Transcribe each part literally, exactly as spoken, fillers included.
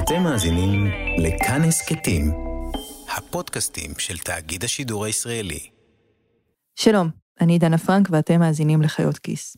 אתם מאזינים לכאן הסכתים, הפודקאסטים של תאגיד השידור הישראלי. שלום, אני דנה פרנק ואתם מאזינים לחיות כיס.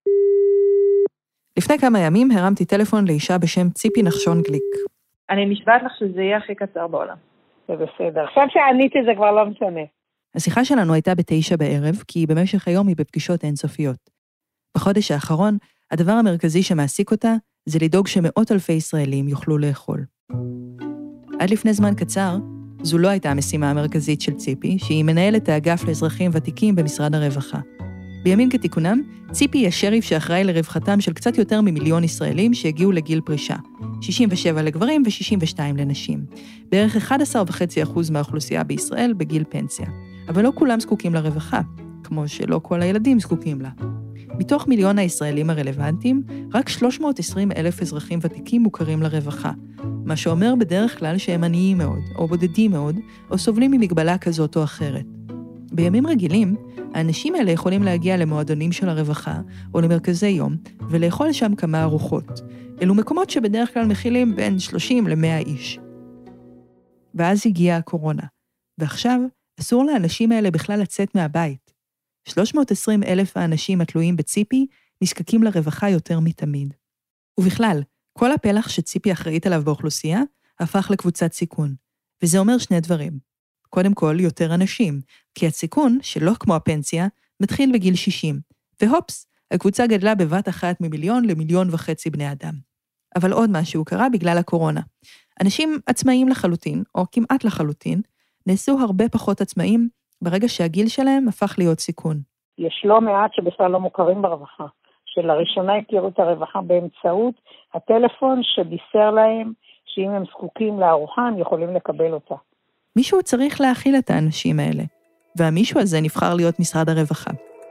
לפני כמה ימים הרמתי טלפון לאישה בשם ציפי נחשון גליק. אני נשבעת לך שזה יהיה הכי קצר בעולם. זה בסדר. עכשיו שעניתי זה כבר לא משנה. השיחה שלנו הייתה בתשע בערב, כי במשך היום היא בפגישות אינסופיות. בחודש האחרון, הדבר המרכזי שמעסיק אותה זה לדאוג שמאות אלפי ישראלים יוכלו לאכול. עד לפני זמן קצר, זו לא הייתה המשימה המרכזית של ציפי, שהיא מנהלת האגף לאזרחים ותיקים במשרד הרווחה. בימים כתיקונם, ציפי היא השריף שאחראי לרווחתם של קצת יותר ממיליון ישראלים שהגיעו לגיל פרישה, שישים ושבע לגברים ו-שישים ושתיים לנשים. בערך אחד עשר נקודה חמש אחוז מהאוכלוסייה בישראל בגיל פנסיה. אבל לא כולם זקוקים לרווחה, כמו שלא כל הילדים זקוקים לה. מתוך מיליון הישראלים הרלוונטיים, רק שלוש מאות ועשרים אלף אזרחים ותיקים מוכרים לרווחה, מה שאומר בדרך כלל שהם עניים מאוד, או בודדים מאוד, או סובלים ממגבלה כזאת או אחרת. בימים רגילים, האנשים האלה יכולים להגיע למועדונים של הרווחה, או למרכזי יום, ולאכול שם כמה ארוחות. אלו מקומות שבדרך כלל מכילים בין שלושים למאה איש. ואז הגיעה הקורונה, ועכשיו אסור לאנשים האלה בכלל לצאת מהבית. שלוש מאות ועשרים אלף האנשים התלויים בציפי נזקקים לרווחה יותר מתמיד. ובכלל, כל הפלח שציפי אחראית עליו באוכלוסייה הפך לקבוצת סיכון, וזה אומר שני דברים. קודם כל, יותר אנשים, כי הסיכון, שלא כמו הפנסיה, מתחיל בגיל שישים, והופס, הקבוצה גדלה בבת אחת ממיליון למיליון וחצי בני אדם. אבל עוד משהו קרה בגלל הקורונה. אנשים עצמאיים לחלוטין, או כמעט לחלוטין, נעשו הרבה פחות עצמאים ברגע שהגיל שלהם הפך להיות סיכון. יש לא מעט שבכלל לא מוכרים ברווחה, שלראשונה הכירו את הרווחה באמצעות הטלפון שבישר להם שאם הם זקוקים לארוחה הם יכולים לקבל אותה. מישהו צריך להאכיל את האנשים האלה, והמישהו הזה נבחר להיות משרד הרווחה.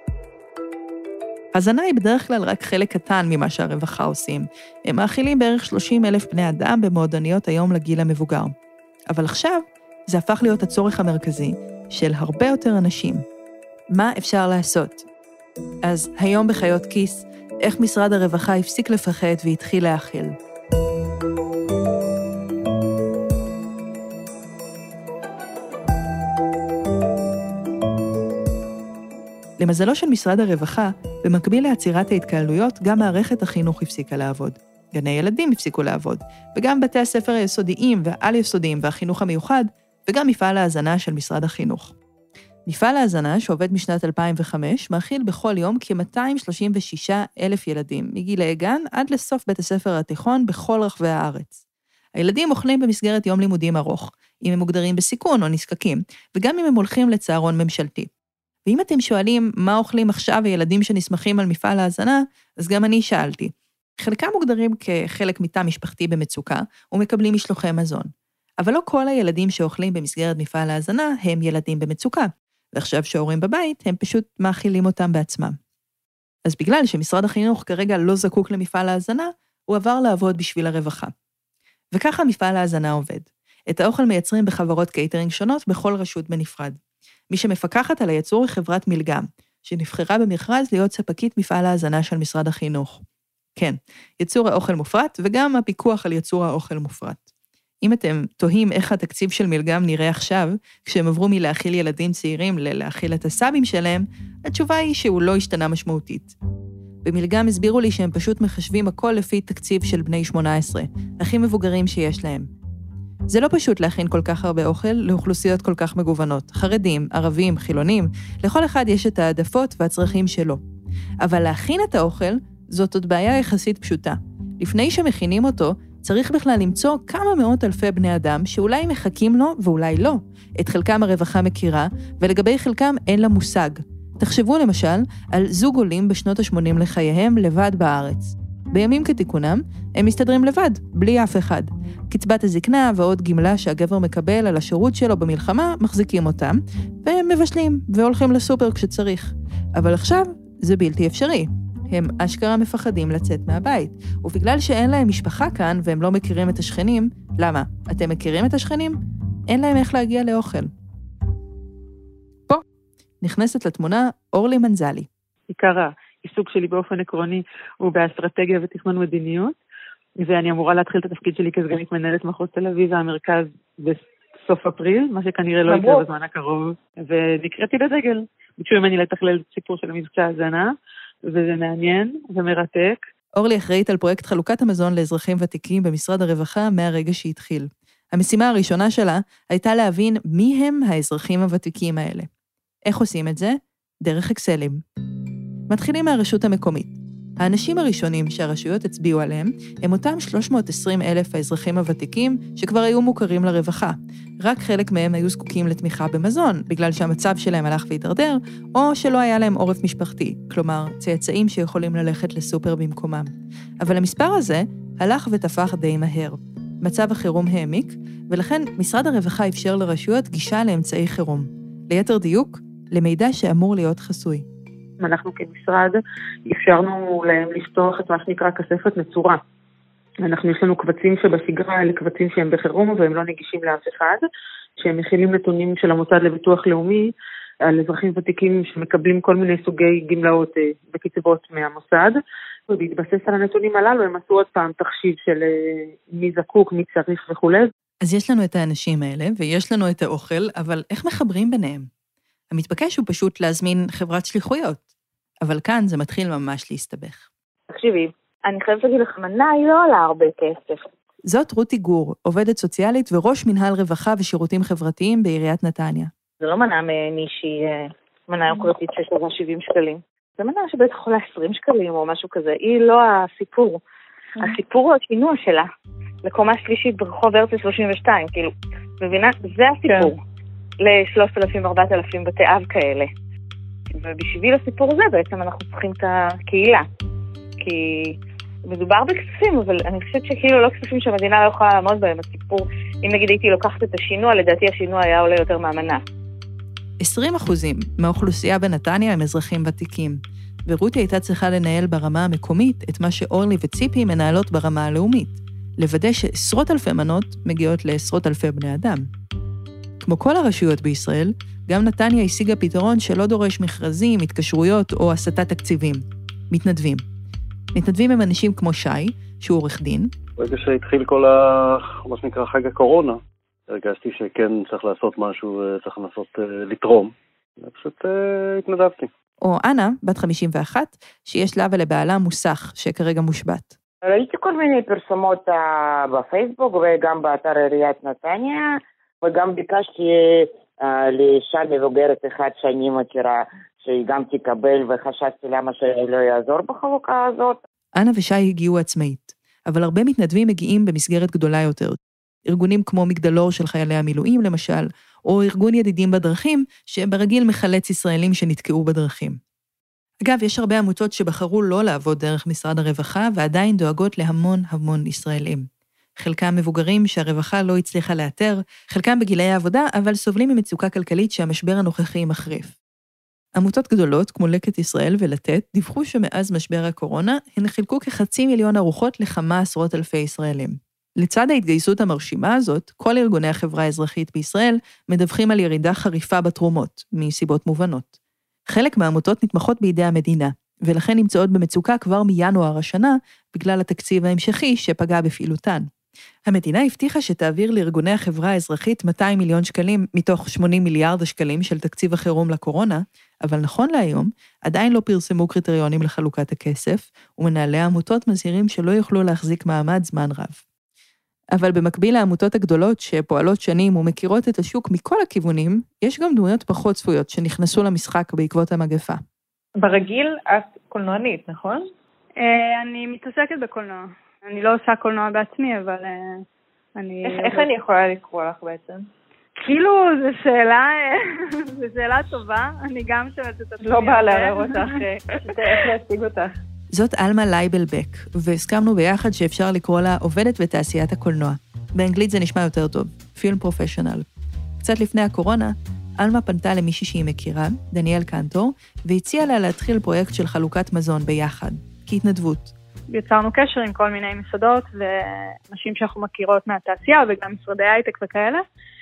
הזנה היא בדרך כלל רק חלק קטן ממה שהרווחה עושים. הם מאכילים בערך שלושים אלף בני אדם במועדוניות היום לגיל המבוגר. אבל עכשיו זה הפך להיות הצורך המרכזי של הרבה יותר אנשים. מה אפשר לעשות? אז היום בחיות כיס, איך משרד הרווחה הפסיק לפחד והתחיל להאכיל. למזלו של משרד הרווחה, במקביל לעצירת ההתקהלויות, גם מערכת החינוך הפסיקה לעבוד. גני ילדים הפסיקו לעבוד, וגם בתי הספר היסודיים והעל-יסודיים והחינוך המיוחד, וגם מפעל ההזנה של משרד החינוך. מפעל ההזנה, שעובד משנת אלפיים וחמש, מאכיל בכל יום כ-מאתיים שלושים ושישה אלף ילדים, מגילי גן עד לסוף בית הספר התיכון בכל רחבי הארץ. הילדים אוכלים במסגרת יום לימודים ארוך, אם הם מוגדרים בסיכון או נזקקים, וגם אם הם הולכים לצהרון ממשלתי. ואם אתם שואלים מה אוכלים עכשיו הילדים שנסמכים על מפעל ההזנה, אז גם אני שאלתי. חלקם מוגדרים כחלק מתא משפחתי במצוקה, ומקבלים משלוחי מזון. אבל לא כל הילדים שאוכלים במסגרת מפעל ההזנה הם ילדים במצוקה, ועכשיו שההורים בבית הם פשוט מאכילים אותם בעצמם. אז בגלל שמשרד החינוך כרגע לא זקוק למפעל ההזנה, הוא עבר לעבוד בשביל הרווחה. וככה מפעל ההזנה עובד. את האוכל מייצרים בחברות קייטרינג שונות בכל רשות בנפרד. מי שמפקחת על הייצור היא חברת מלגם, שנבחרה במכרז להיות ספקית מפעל ההזנה של משרד החינוך. כן, ייצור האוכל מופרט וגם הפיקוח על ייצור האוכל מופרט. אם אתם תוהים איך התקציב של מלגם נראה עכשיו, כשהם עברו מלהאכיל ילדים צעירים ללהאכיל את הסבים שלהם, התשובה היא שהוא לא השתנה משמעותית. במלגם הסבירו לי שהם פשוט מחשבים הכל לפי תקציב של בני שמונה עשרה, הכי מבוגרים שיש להם. זה לא פשוט להכין כל כך הרבה אוכל לאוכלוסיות כל כך מגוונות, חרדים, ערבים, חילונים, לכל אחד יש את העדפות והצרכים שלו. אבל להכין את האוכל, זאת עוד בעיה יחסית פשוטה. לפני שמכינים אותו, צריך בכלל למצוא כמה מאות אלפי בני אדם שאולי מחכים לו ואולי לא. את חלקם הרווחה מכירה, ולגבי חלקם אין לה מושג. תחשבו למשל על זוג עולים בשנות ה-שמונים לחייהם לבד בארץ. בימים כתיקונם, הם מסתדרים לבד, בלי אף אחד. קצבת הזקנה ועוד גמלה שהגבר מקבל על השירות שלו במלחמה, מחזיקים אותם, והם מבשלים והולכים לסופר כשצריך. אבל עכשיו זה בלתי אפשרי. הם אשכרה מפחדים לצאת מהבית, ובגלל שאין להם משפחה כאן והם לא מכירים את השכנים, למה? אתם מכירים את השכנים? אין להם איך להגיע לאוכל. פה נכנסת לתמונה אורלי מנזלי. עיקר העיסוק שלי באופן עקרוני הוא באסטרטגיה ותכנון מדיניות, ואני אמורה להתחיל את התפקיד שלי כסגנית מנהלת מחוז תל אביב והמרכז בסוף אפריל, מה שכנראה לא יקרה בזמן הקרוב, ונקראתי לדגל. ביקשו ממני לתכלל את סיפור של המבצע הזנה, וזה מעניין ומרתק. אורלי אחראית על פרויקט חלוקת המזון לאזרחים ותיקים במשרד הרווחה מהרגע שהתחיל. המשימה הראשונה שלה הייתה להבין מי הם האזרחים הוותיקים האלה. איך עושים את זה? דרך אקסלים. מתחילים מהרשות המקומית. האנשים הראשונים שהרשויות הצביעו עליהם הם אותם שלוש מאות ועשרים אלף האזרחים הוותיקים שכבר היו מוכרים לרווחה. רק חלק מהם היו זקוקים לתמיכה במזון, בגלל שהמצב שלהם הלך והתדרדר, או שלא היה להם עורף משפחתי, כלומר, צאצאים שיכולים ללכת לסופר במקומם. אבל המספר הזה הלך ותפח די מהר. מצב החירום העמיק, ולכן משרד הרווחה אפשר לרשויות גישה לאמצעי חירום. ליתר דיוק, למידע שאמור להיות חסוי. אנחנו כמשרד אפשרנו להם לפתוח את מה שנקרא כספת נצורה. אנחנו יש לנו קבצים שבשגרה, אלה קבצים שהם בחירום והם לא נגישים לאף אחד, שהם מכילים נתונים של המוסד לביטוח לאומי על אזרחים ותיקים שמקבלים כל מיני סוגי גמלאות בקצבות מהמוסד, ובהתבסס על הנתונים הללו הם עשו עוד פעם תחשיב של מי זקוק, מי צריך וכו'. אז יש לנו את האנשים האלה ויש לנו את האוכל, אבל איך מחברים ביניהם? המתבקש הוא פשוט להזמין חברת שליחויות, אבל כאן זה מתחיל ממש להסתבך. תקשיבי, אני חייבת להגיד לך, מנה היא לא עולה הרבה כסף. זאת רותי גור, עובדת סוציאלית וראש מנהל רווחה ושירותים חברתיים בעיריית נתניה. זה לא מנה ממישהי, מנה יוקרתית ששווה שבעים שקלים. זה מנה שבטח עולה עשרים שקלים או משהו כזה. היא לא הסיפור. הסיפור הוא השינוע שלה. לקומה שלישית ברחוב הרצל שלושים ושתיים, כאילו, מבינה? זה הסיפור. ל-שלושת אלפים ארבעת אלפים בתי אב כאלה. ובשביל הסיפור הזה בעצם אנחנו צריכים את הקהילה. כי מדובר בכספים, אבל אני חושבת שכאילו לא כספים שהמדינה לא יכולה לעמוד בהם. הסיפור, אם נגיד הייתי לוקחת את השינוע, לדעתי השינוע היה עולה יותר מהמנה. עשרים אחוזים מהאוכלוסייה בנתניה הם אזרחים ותיקים, ורותי הייתה צריכה לנהל ברמה המקומית את מה שאורלי וציפי מנהלות ברמה הלאומית, לוודא שעשרות אלפי מנות מגיעות לעשרות אלפי בני אדם. כמו כל הרשויות בישראל, גם נתניה השיגה פתרון שלא דורש מכרזים, התקשרויות או הסטת תקציבים. מתנדבים. מתנדבים הם אנשים כמו שי, שהוא עורך דין. ברגע שהתחיל כל ה... מה שנקרא חג הקורונה, הרגשתי שכן צריך לעשות משהו, צריך לנסות לתרום. פשוט התנדבתי. או אנה, בת חמישים ואחת, שיש לה ולבעלה מוסך שכרגע מושבת. ראיתי כל מיני פרסומות בפייסבוק וגם באתר עיריית נתניה, וגם ביקשתי לאישה מבוגרת אחד שאני מכירה, שהיא גם תקבל, וחשבתי למה שלא יעזור בחלוקה הזאת. אנה ושי הגיעו עצמאית, אבל הרבה מתנדבים מגיעים במסגרת גדולה יותר. ארגונים כמו מגדלור של חיילי המילואים, למשל, או ארגון ידידים בדרכים, שברגיל מחלץ ישראלים שנתקעו בדרכים. אגב, יש הרבה עמותות שבחרו לא לעבוד דרך משרד הרווחה, ועדיין דואגות להמון המון ישראלים. חלקם מבוגרים שהרווחה לא הצליחה לאתר, חלקם בגילי העבודה, אבל סובלים ממצוקה כלכלית שהמשבר הנוכחי מחריף. עמותות גדולות, כמו לקט ישראל ולתת, דיווחו שמאז משבר הקורונה, הן חילקו כחצי מיליון ארוחות לכמה עשרות אלפי ישראלים. לצד ההתגייסות המרשימה הזאת, כל ארגוני החברה האזרחית בישראל מדווחים על ירידה חריפה בתרומות, מסיבות מובנות. חלק מהעמותות נתמכות בידי המדינה, ולכן נמצאות במצוקה כבר מינואר השנה, בגלל התקציב ההמשכי שפגע בפעילותן. המדינה הבטיחה שתעביר לארגוני החברה האזרחית מאתיים מיליון שקלים מתוך שמונים מיליארד השקלים של תקציב החירום לקורונה, אבל נכון להיום, עדיין לא פרסמו קריטריונים לחלוקת הכסף, ומנהלי העמותות מזהירים שלא יוכלו להחזיק מעמד זמן רב. אבל במקביל לעמותות הגדולות שפועלות שנים ומכירות את השוק מכל הכיוונים, יש גם דמויות פחות צפויות שנכנסו למשחק בעקבות המגפה. ברגיל את קולנוענית, נכון? אני מתעסקת בקולנוע. אני לא עושה קולנוע בעצמי, אבל אני... איך אני יכולה לקרוא לך בעצם? כאילו, זו שאלה, זו שאלה טובה. אני גם שואלת את עצמי. לא באה לערער אותך, איך להשיג אותך. זאת אלמה לייבלבק, והסכמנו ביחד שאפשר לקרוא לה עובדת בתעשיית הקולנוע. באנגלית זה נשמע יותר טוב, פילם פרופשיונל. קצת לפני הקורונה, אלמה פנתה למישהי שהיא מכירה, דניאל קנטור, והציעה לה להתחיל פרויקט של חלוקת מזון ביחד, כהתנדבות. יצרנו קשר עם כל מיני מסעדות ונשים שאנחנו מכירות מהתעשייה, וגם משרדי הייטק וכאלה,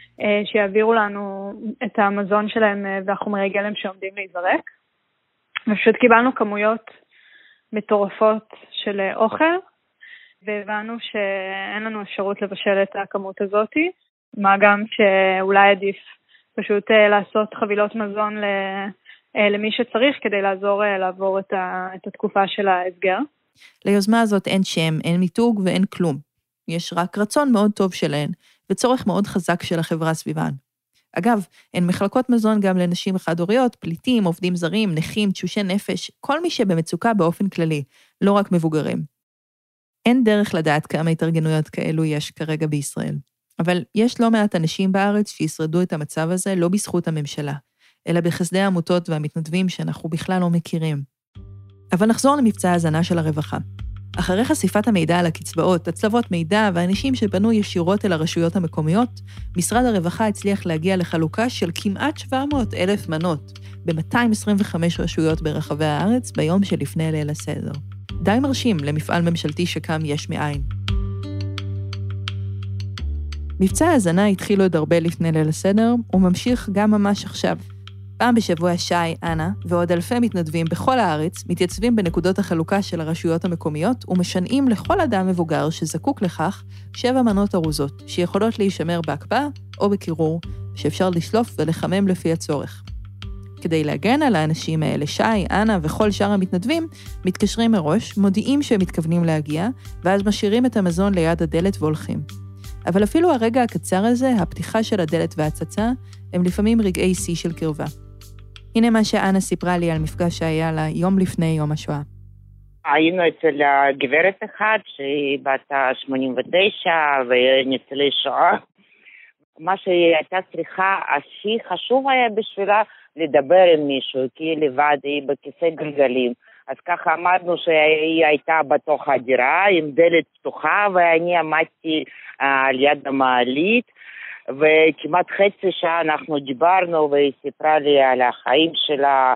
שיעבירו לנו את המזון שלהם והחומרי גלם שעומדים להיזרק. ופשוט קיבלנו כמויות מטורפות של אוכל, והבנו שאין לנו אפשרות לבשל את הכמות הזאת, מה גם שאולי עדיף פשוט לעשות חבילות מזון למי שצריך כדי לעזור לעבור את התקופה של ההסגר. ליוזמה הזאת אין שם, אין מיתוג ואין כלום. יש רק רצון מאוד טוב שלהן, וצורך מאוד חזק של החברה סביבן. אגב, הן מחלקות מזון גם לנשים חד-הוריות, פליטים, עובדים זרים, נכים, תשושי נפש, כל מי שבמצוקה באופן כללי, לא רק מבוגרים. אין דרך לדעת כמה התארגנויות כאלו יש כרגע בישראל. אבל יש לא מעט אנשים בארץ שישרדו את המצב הזה לא בזכות הממשלה, אלא בחסדי העמותות והמתנדבים שאנחנו בכלל לא מכירים. אבל נחזור למבצע ההזנה של הרווחה. אחרי חשיפת המידע על הקצבאות, הצלבות מידע ואנשים שבנו ישירות אל הרשויות המקומיות, משרד הרווחה הצליח להגיע לחלוקה של כמעט שבע מאות אלף מנות, ב-מאתיים עשרים וחמש רשויות ברחבי הארץ ביום שלפני ליל הסדר. די מרשים למפעל ממשלתי שקם יש מאין. מבצע ההזנה התחיל עוד הרבה לפני ליל הסדר, וממשיך גם ממש עכשיו. פעם בשבוע שי, אנה, ועוד אלפי מתנדבים בכל הארץ מתייצבים בנקודות החלוקה של הרשויות המקומיות ומשנעים לכל אדם מבוגר שזקוק לכך שבע מנות ארוזות, שיכולות להישמר בהקפאה או בקירור, שאפשר לשלוף ולחמם לפי הצורך. כדי להגן על האנשים האלה, שי, אנה וכל שאר המתנדבים מתקשרים מראש, מודיעים שהם מתכוונים להגיע, ואז משאירים את המזון ליד הדלת והולכים. אבל אפילו הרגע הקצר הזה, הפתיחה של הדלת והצצה, הם לפעמים רגעי שיא של קרבה. הנה מה שאנה סיפרה לי על מפגש שהיה לה יום לפני יום השואה. היינו אצל גברת אחת שהיא בת שמונים ותשע וניצולי שואה. מה שהיא הייתה צריכה, הכי חשוב היה בשבילה לדבר עם מישהו, כי היא לבד, היא בכיסא גלגלים. אז ככה אמרנו שהיא הייתה בתוך הדירה עם דלת פתוחה, ואני עמדתי על יד המעלית, וכמעט חצי שעה אנחנו דיברנו, והיא סיפרה לי על החיים שלה,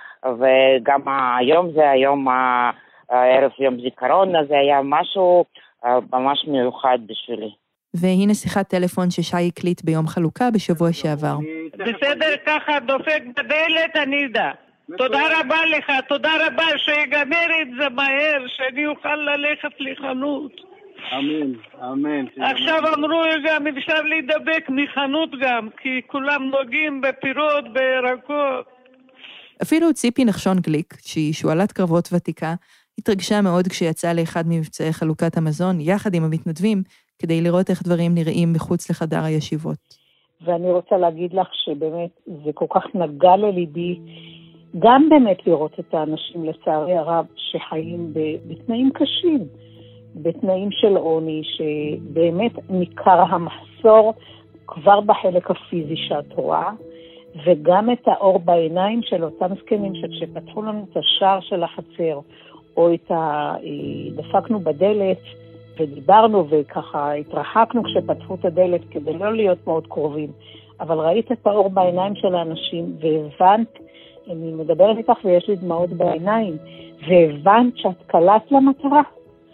וגם היום זה היום, הערב יום זיכרון, זה היה משהו ממש מיוחד בשבילי. והנה שיחת טלפון ששי הקליט ביום חלוקה בשבוע שעבר. בסדר, ככה דופק בדלת, אני יודע. תודה רבה לך, תודה רבה שיגמר את זה מהר, שאני אוכל ללכת לחנות. אמן, אמן. עכשיו אמרו גם אפשר להידבק מחנות גם, כי כולם נוגעים בפירות, בירקות. אפילו ציפי נחשון גליק, שהיא שואלת קרבות ותיקה, התרגשה מאוד כשיצאה לאחד ממבצעי חלוקת המזון, יחד עם המתנדבים, כדי לראות איך דברים נראים מחוץ לחדר הישיבות. ואני רוצה להגיד לך שבאמת זה כל כך נגע לליבי, גם באמת לראות את האנשים לצערי הרב שחיים בתנאים קשים, בתנאים של עוני, שבאמת ניכר המחסור כבר בחלק הפיזי שאת רואה, וגם את האור בעיניים של אותם זקנים שכשפתחו לנו את השער של החצר, או את ה... דפקנו בדלת ודיברנו וככה התרחקנו כשפתחו את הדלת כדי לא להיות מאוד קרובים, אבל ראית את האור בעיניים של האנשים והבנת, אני מדברת איתך ויש לי דמעות בעיניים, והבנת שאת קלעת למטרה,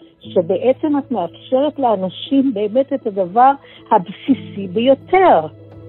שבעצם את מאפשרת לאנשים באמת את הדבר הבסיסי ביותר.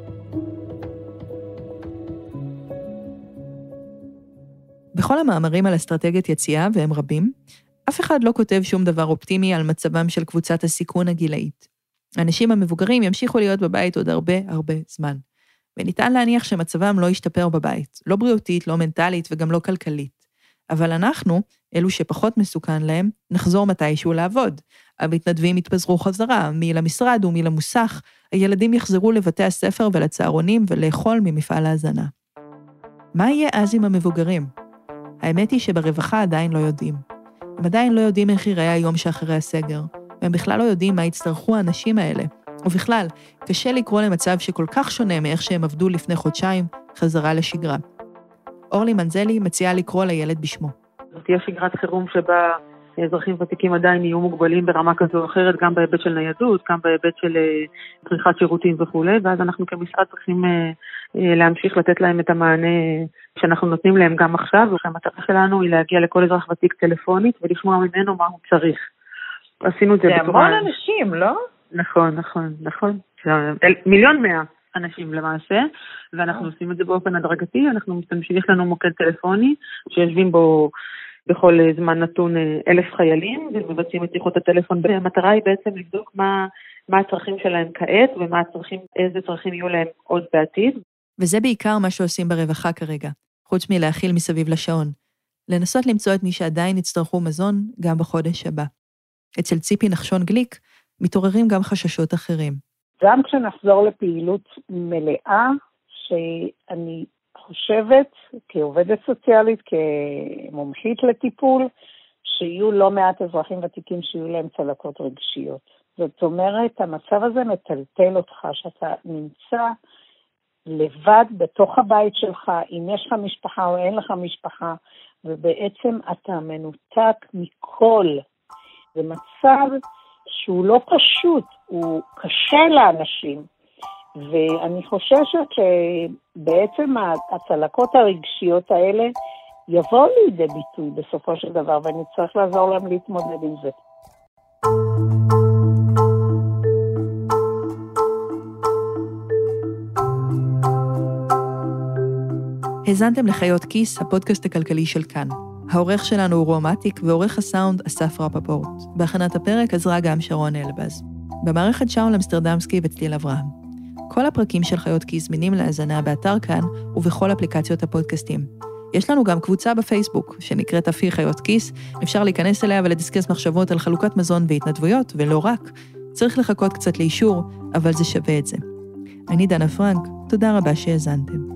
בכל המאמרים על אסטרטגיית יציאה, והם רבים, אף אחד לא כותב שום דבר אופטימי על מצבם של קבוצת הסיכון הגילאית. האנשים המבוגרים ימשיכו להיות בבית עוד הרבה הרבה זמן. וניתן להניח שמצבם לא ישתפר בבית, לא בריאותית, לא מנטלית וגם לא כלכלית. אבל אנחנו, אלו שפחות מסוכן להם, נחזור מתישהו לעבוד. המתנדבים יתפזרו חזרה, מי למשרד ומי למוסך, הילדים יחזרו לבתי הספר ולצהרונים ולאכול ממפעל ההזנה. מה יהיה אז עם המבוגרים? האמת היא שברווחה עדיין לא יודעים. הם עדיין לא יודעים איך ייראה היום שאחרי הסגר, והם בכלל לא יודעים מה יצטרכו האנשים האלה. ובכלל, קשה לקרוא למצב שכל כך שונה מאיך שהם עבדו לפני חודשיים, חזרה לשגרה. אורלי מנזלי מציעה לקרוא לילד בשמו. זאת תהיה שגרת חירום שבה אזרחים ותיקים עדיין יהיו מוגבלים ברמה כזו או אחרת, גם בהיבט של ניידות, גם בהיבט של צריכת שירותים וכו', ואז אנחנו כמשרד צריכים להמשיך לתת להם את המענה שאנחנו נותנים להם גם עכשיו, והמטרה שלנו היא להגיע לכל אזרח ותיק טלפונית ולשמוע ממנו מה הוא צריך. עשינו את זה בצורה... זה המון אנשים, לא? נכון, נכון, נכון. מיליון מאה אנשים למעשה, ואנחנו עושים את זה באופן הדרגתי, אנחנו משתמשים, יש לנו מוקד טלפוני, שיושבים בו בכל זמן נתון אלף חיילים, ומבצעים את שיחות הטלפון. המטרה היא בעצם לבדוק מה, מה הצרכים שלהם כעת, ומה הצרכים, איזה צרכים יהיו להם עוד בעתיד. וזה בעיקר מה שעושים ברווחה כרגע, חוץ מלהכיל מסביב לשעון. לנסות למצוא את מי שעדיין יצטרכו מזון גם בחודש הבא. אצל ציפי נחשון גליק מתעוררים גם חששות אחרים. גם כשנחזור לפעילות מלאה, שאני חושבת כעובדת סוציאלית, כמומחית לטיפול, שיהיו לא מעט אזרחים ותיקים שיהיו להם צלקות רגשיות. זאת אומרת, המצב הזה מטלטל אותך, שאתה נמצא לבד בתוך הבית שלך, אם יש לך משפחה או אין לך משפחה, ובעצם אתה מנותק מכל. זה מצב שהוא לא פשוט, הוא קשה לאנשים. ואני חוששת שבעצם הצלקות הרגשיות האלה יבואו לידי ביטוי בסופו של דבר, ואני צריך לעזור להם להתמודד עם זה. הזנתם לחיות כיס, הפודקאסט הכלכלי של כאן. העורך שלנו הוא רומטיק, ועורך הסאונד אסף רפפורט. בהכנת הפרק עזרה גם שרון אלבז. במערכת שאול אמסטרדמסקי וצליל אברהם. כל הפרקים של חיות כיס זמינים להאזנה באתר כאן ובכל אפליקציות הפודקאסטים. יש לנו גם קבוצה בפייסבוק, שנקראת אפי חיות כיס, אפשר להיכנס אליה ולדסקס מחשבות על חלוקת מזון והתנדבויות, ולא רק. צריך לחכות קצת לאישור, אבל זה שווה את זה. אני דנה פרנק, תודה רבה שהאזנתם.